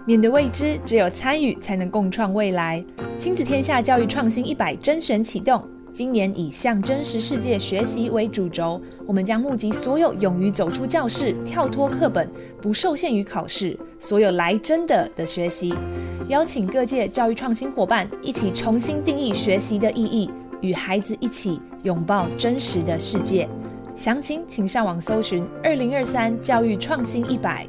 面对未知，只有参与才能共创未来。亲子天下教育创新100甄选启动，今年以向真实世界学习为主轴，我们将募集所有勇于走出教室、跳脱课本、不受限于考试、所有来真的学习，邀请各界教育创新伙伴一起重新定义学习的意义，与孩子一起拥抱真实的世界。详情请上网搜寻2023教育创新100。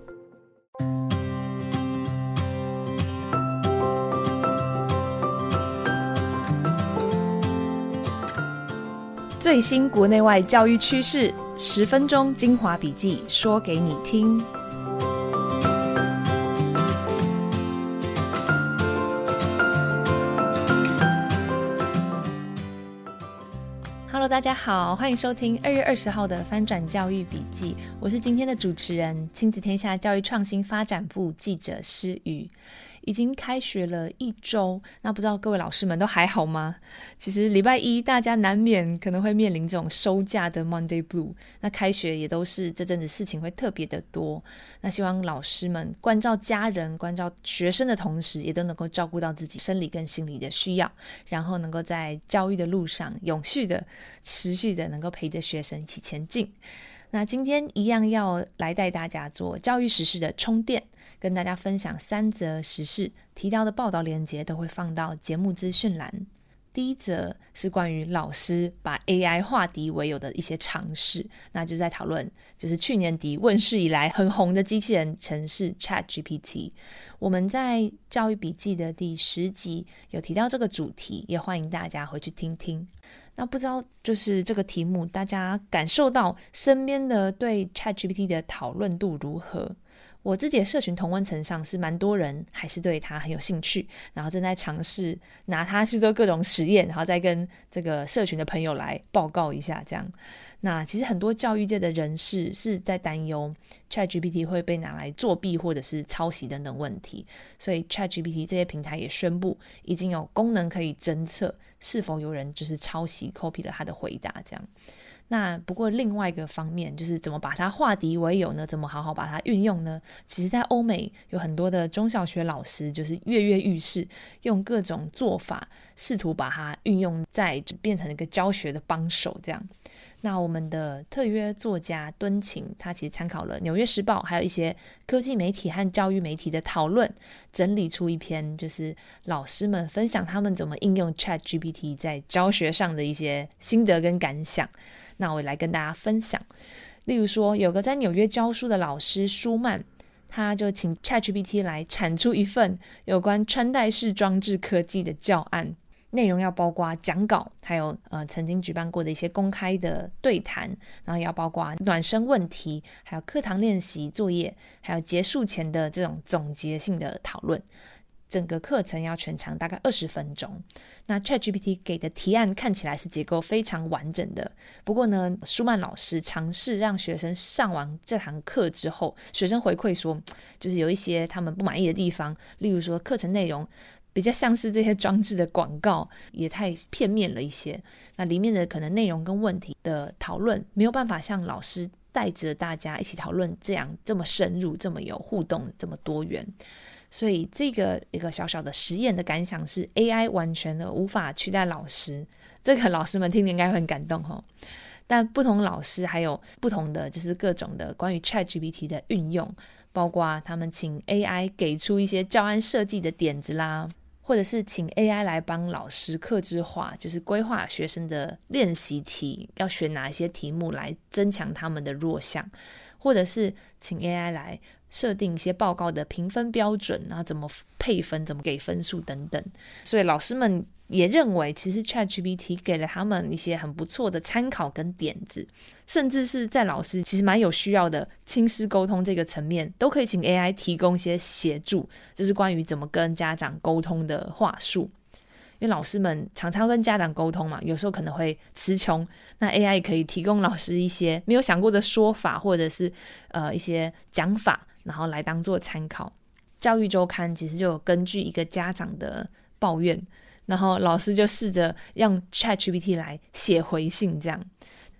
最新国内外教育趋势，10分钟精华笔记，说给你听。Hello， 大家好，欢迎收听2月20号的翻转教育笔记，我是今天的主持人，亲子天下教育创新发展部记者施瑜。已经开学了1周，那不知道各位老师们都还好吗？其实礼拜一大家难免可能会面临这种收假的 Monday Blue， 那开学也都是这阵子事情会特别的多，那希望老师们关照家人、关照学生的同时，也都能够照顾到自己生理跟心理的需要，然后能够在教育的路上永续的、持续的能够陪着学生一起前进。那今天一样要来带大家做教育时事的充电，跟大家分享3则时事，提到的报道连结都会放到节目资讯栏。第一则是关于老师把 AI 化敌为友的一些尝试，那就在讨论就是去年底问世以来很红的机器人程式 ChatGPT。 我们在教育笔记的第10集有提到这个主题，也欢迎大家回去听听。那不知道就是这个题目大家感受到身边的对 ChatGPT 的讨论度如何？我自己的社群同温层上是蛮多人还是对它很有兴趣，然后正在尝试拿它去做各种实验，然后再跟这个社群的朋友来报告一下这样。那其实很多教育界的人士是在担忧 ChatGPT 会被拿来作弊或者是抄袭等等问题，所以 ChatGPT 这些平台也宣布已经有功能可以侦测是否有人就是抄袭 copy 了他的回答这样。那不过另外一个方面就是怎么把它化敌为友呢？怎么好好把它运用呢？其实在欧美有很多的中小学老师就是跃跃欲试，用各种做法试图把它运用在变成一个教学的帮手这样。那我们的特约作家敦晴，他其实参考了《纽约时报》还有一些科技媒体和教育媒体的讨论，整理出一篇就是老师们分享他们怎么应用 ChatGPT 在教学上的一些心得跟感想。那我来跟大家分享，例如说有个在纽约教书的老师舒曼，他就请 ChatGPT 来产出一份有关穿戴式装置科技的教案，内容要包括讲稿，还有曾经举办过的一些公开的对谈，然后要包括暖身问题，还有课堂练习作业，还有结束前的这种总结性的讨论。整个课程要全长大概20分钟。那 ChatGPT 给的提案看起来是结构非常完整的，不过呢，舒曼老师尝试让学生上完这堂课之后，学生回馈说就是有一些他们不满意的地方，例如说课程内容比较像是这些装置的广告，也太片面了一些，那里面的可能内容跟问题的讨论没有办法像老师带着大家一起讨论这么深入，这么有互动，这么多元。所以这个一个小小的实验的感想是 AI 完全的无法取代老师，这个老师们听了应该会很感动齁。但不同老师还有不同的就是各种的关于 ChatGPT 的运用，包括他们请 AI 给出一些教案设计的点子啦，或者是请 AI 来帮老师客制化，就是规划学生的练习题，要选哪一些题目来增强他们的弱项，或者是请 AI 来设定一些报告的评分标准，然后怎么配分，怎么给分数等等。所以老师们也认为其实 ChatGPT 给了他们一些很不错的参考跟点子，甚至是在老师其实蛮有需要的亲师沟通这个层面，都可以请 AI 提供一些协助，就是关于怎么跟家长沟通的话术。因为老师们常常跟家长沟通嘛，有时候可能会词穷，那 AI 可以提供老师一些没有想过的说法，或者是一些讲法，然后来当做参考。教育周刊其实就有根据一个家长的抱怨，然后老师就试着用 ChatGPT 来写回信这样。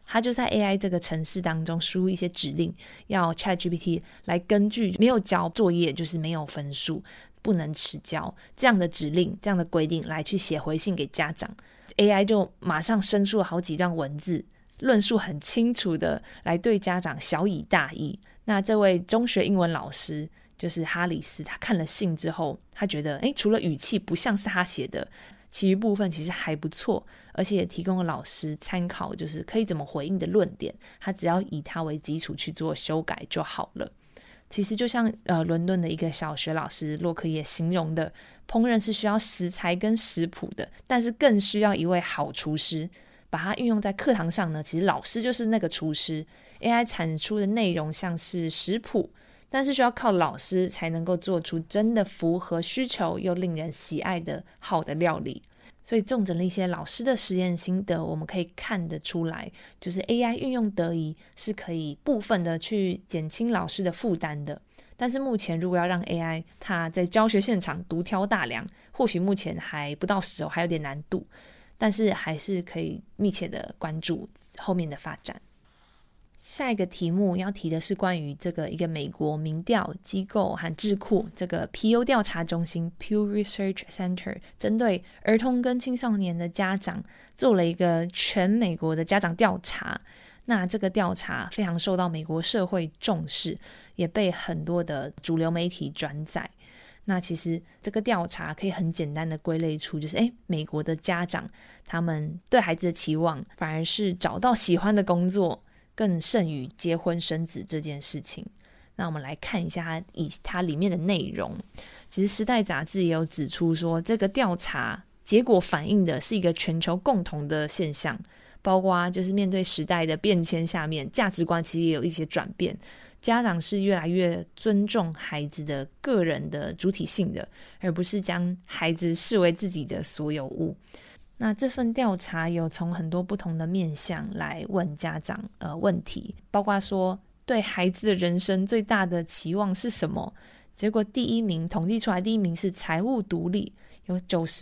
他就在 AI 这个程式当中输入一些指令，要 ChatGPT 来根据没有交作业就是没有分数，不能迟交这样的指令，这样的规定来去写回信给家长。 AI 就马上生出了好几段文字，论述很清楚的来对家长小以大义。那这位中学英文老师就是哈里斯，他看了信之后，他觉得除了语气不像是他写的，其余部分其实还不错，而且也提供了老师参考，就是可以怎么回应的论点，他只要以它为基础去做修改就好了。其实就像伦敦的一个小学老师洛克也形容的，烹饪是需要食材跟食谱的，但是更需要一位好厨师。把它运用在课堂上呢，其实老师就是那个厨师， AI 产出的内容像是食谱，但是需要靠老师才能够做出真的符合需求又令人喜爱的好的料理。所以重整了一些老师的实验心得，我们可以看得出来，就是 AI 运用得宜是可以部分的去减轻老师的负担的。但是目前如果要让 AI 它在教学现场独挑大梁，或许目前还不到时候，还有点难度，但是还是可以密切的关注后面的发展。下一个题目要提的是关于这个一个美国民调机构和智库这个 PU 调查中心 Pew Research Center 针对儿童跟青少年的家长做了一个全美国的家长调查。那这个调查非常受到美国社会重视，也被很多的主流媒体转载。那其实这个调查可以很简单的归类出，就是美国的家长他们对孩子的期望反而是找到喜欢的工作更胜于结婚生子这件事情。那我们来看一下它里面的内容。其实时代杂志也有指出说，这个调查结果反映的是一个全球共同的现象，包括就是面对时代的变迁下面，价值观其实也有一些转变，家长是越来越尊重孩子的个人的主体性的，而不是将孩子视为自己的所有物。那这份调查有从很多不同的面向来问家长问题，包括说对孩子的人生最大的期望是什么。结果统计出来第一名是财务独立，有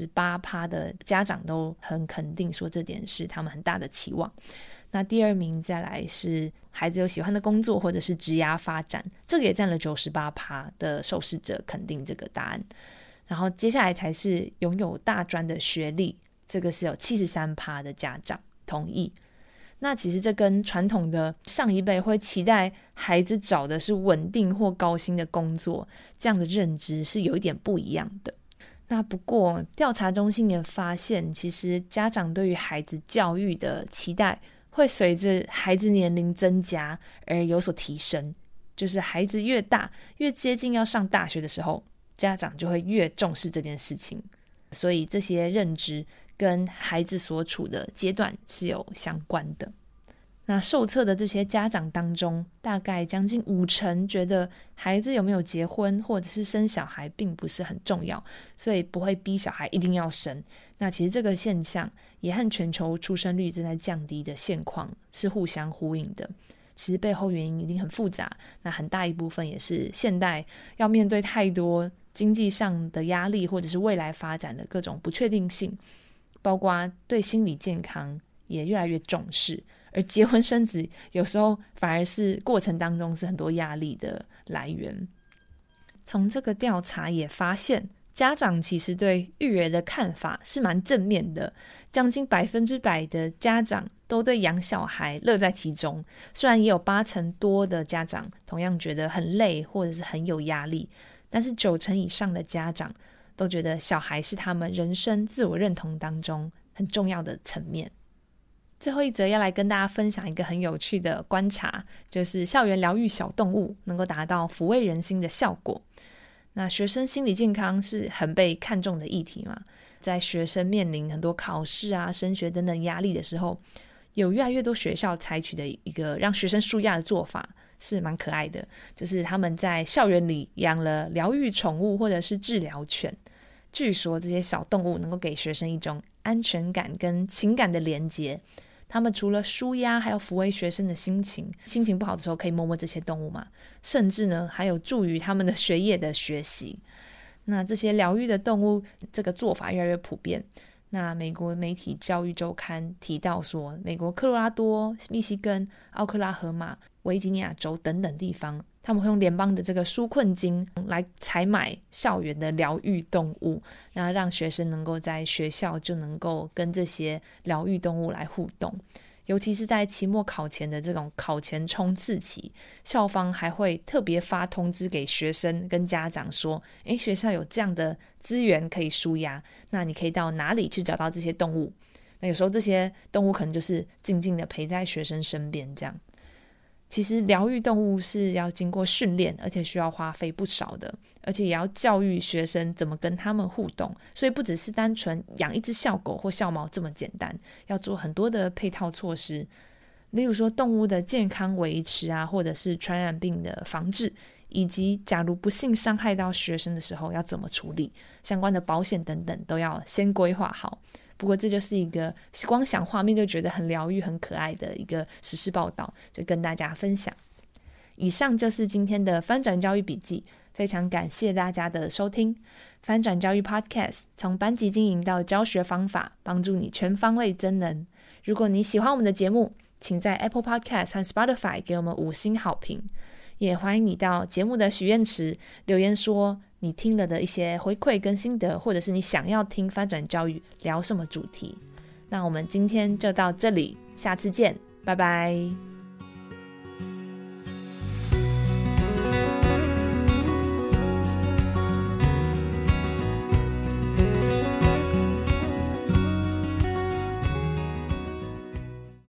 98% 的家长都很肯定说这点是他们很大的期望。那第二名再来是孩子有喜欢的工作或者是职涯发展，这个也占了 98% 的受试者肯定这个答案。然后接下来才是拥有大专的学历，这个是有 73% 的家长同意。那其实这跟传统的上一辈会期待孩子找的是稳定或高薪的工作，这样的认知是有一点不一样的。那不过调查中心也发现，其实家长对于孩子教育的期待会随着孩子年龄增加而有所提升，就是孩子越大越接近要上大学的时候，家长就会越重视这件事情。所以这些认知跟孩子所处的阶段是有相关的。那受测的这些家长当中，大概将近50%觉得孩子有没有结婚或者是生小孩并不是很重要，所以不会逼小孩一定要生。那其实这个现象也和全球出生率正在降低的现况是互相呼应的。其实背后原因一定很复杂，那很大一部分也是现代要面对太多经济上的压力，或者是未来发展的各种不确定性，包括对心理健康也越来越重视，而结婚生子有时候反而是过程当中是很多压力的来源。从这个调查也发现，家长其实对育儿的看法是蛮正面的，将近100%的家长都对养小孩乐在其中。虽然也有80%多的家长同样觉得很累或者是很有压力，但是90%以上的家长都觉得小孩是他们人生自我认同当中很重要的层面。最后一则要来跟大家分享一个很有趣的观察，就是校园疗愈小动物能够达到抚慰人心的效果。那学生心理健康是很被看重的议题嘛，在学生面临很多考试啊、升学等等压力的时候，有越来越多学校采取的一个让学生抒压的做法是蛮可爱的，就是他们在校园里养了疗愈宠物或者是治疗犬。据说这些小动物能够给学生一种安全感跟情感的连结，他们除了抒压还有抚慰学生的心情不好的时候可以摸摸这些动物嘛，甚至呢还有助于他们的学业的学习。那这些疗愈的动物这个做法越来越普遍， 那美国媒体教育周刊提到说，美国科罗拉多、密西根、奥克拉荷马、维吉尼亚州等等地方，他们会用联邦的这个纾困金来采买校园的疗愈动物，那让学生能够在学校就能够跟这些疗愈动物来互动。尤其是在期末考前的这种考前冲刺期，校方还会特别发通知给学生跟家长说，学校有这样的资源可以抒压，那你可以到哪里去找到这些动物。那有时候这些动物可能就是静静的陪在学生身边这样。其实疗愈动物是要经过训练，而且需要花费不少的，而且也要教育学生怎么跟他们互动，所以不只是单纯养一只校狗或校猫这么简单，要做很多的配套措施，例如说动物的健康维持啊，或者是传染病的防治，以及假如不幸伤害到学生的时候要怎么处理，相关的保险等等都要先规划好。不过这就是一个光想画面就觉得很疗愈很可爱的一个时事报道，就跟大家分享。以上就是今天的翻转教育笔记，非常感谢大家的收听。翻转教育 Podcast 从班级经营到教学方法，帮助你全方位增能。如果你喜欢我们的节目，请在 Apple Podcast 和 Spotify 给我们5星好评，也欢迎你到节目的许愿池留言说你听了的一些回馈跟心得，或者是你想要听翻转教育聊什么主题。那我们今天就到这里，下次见，拜拜。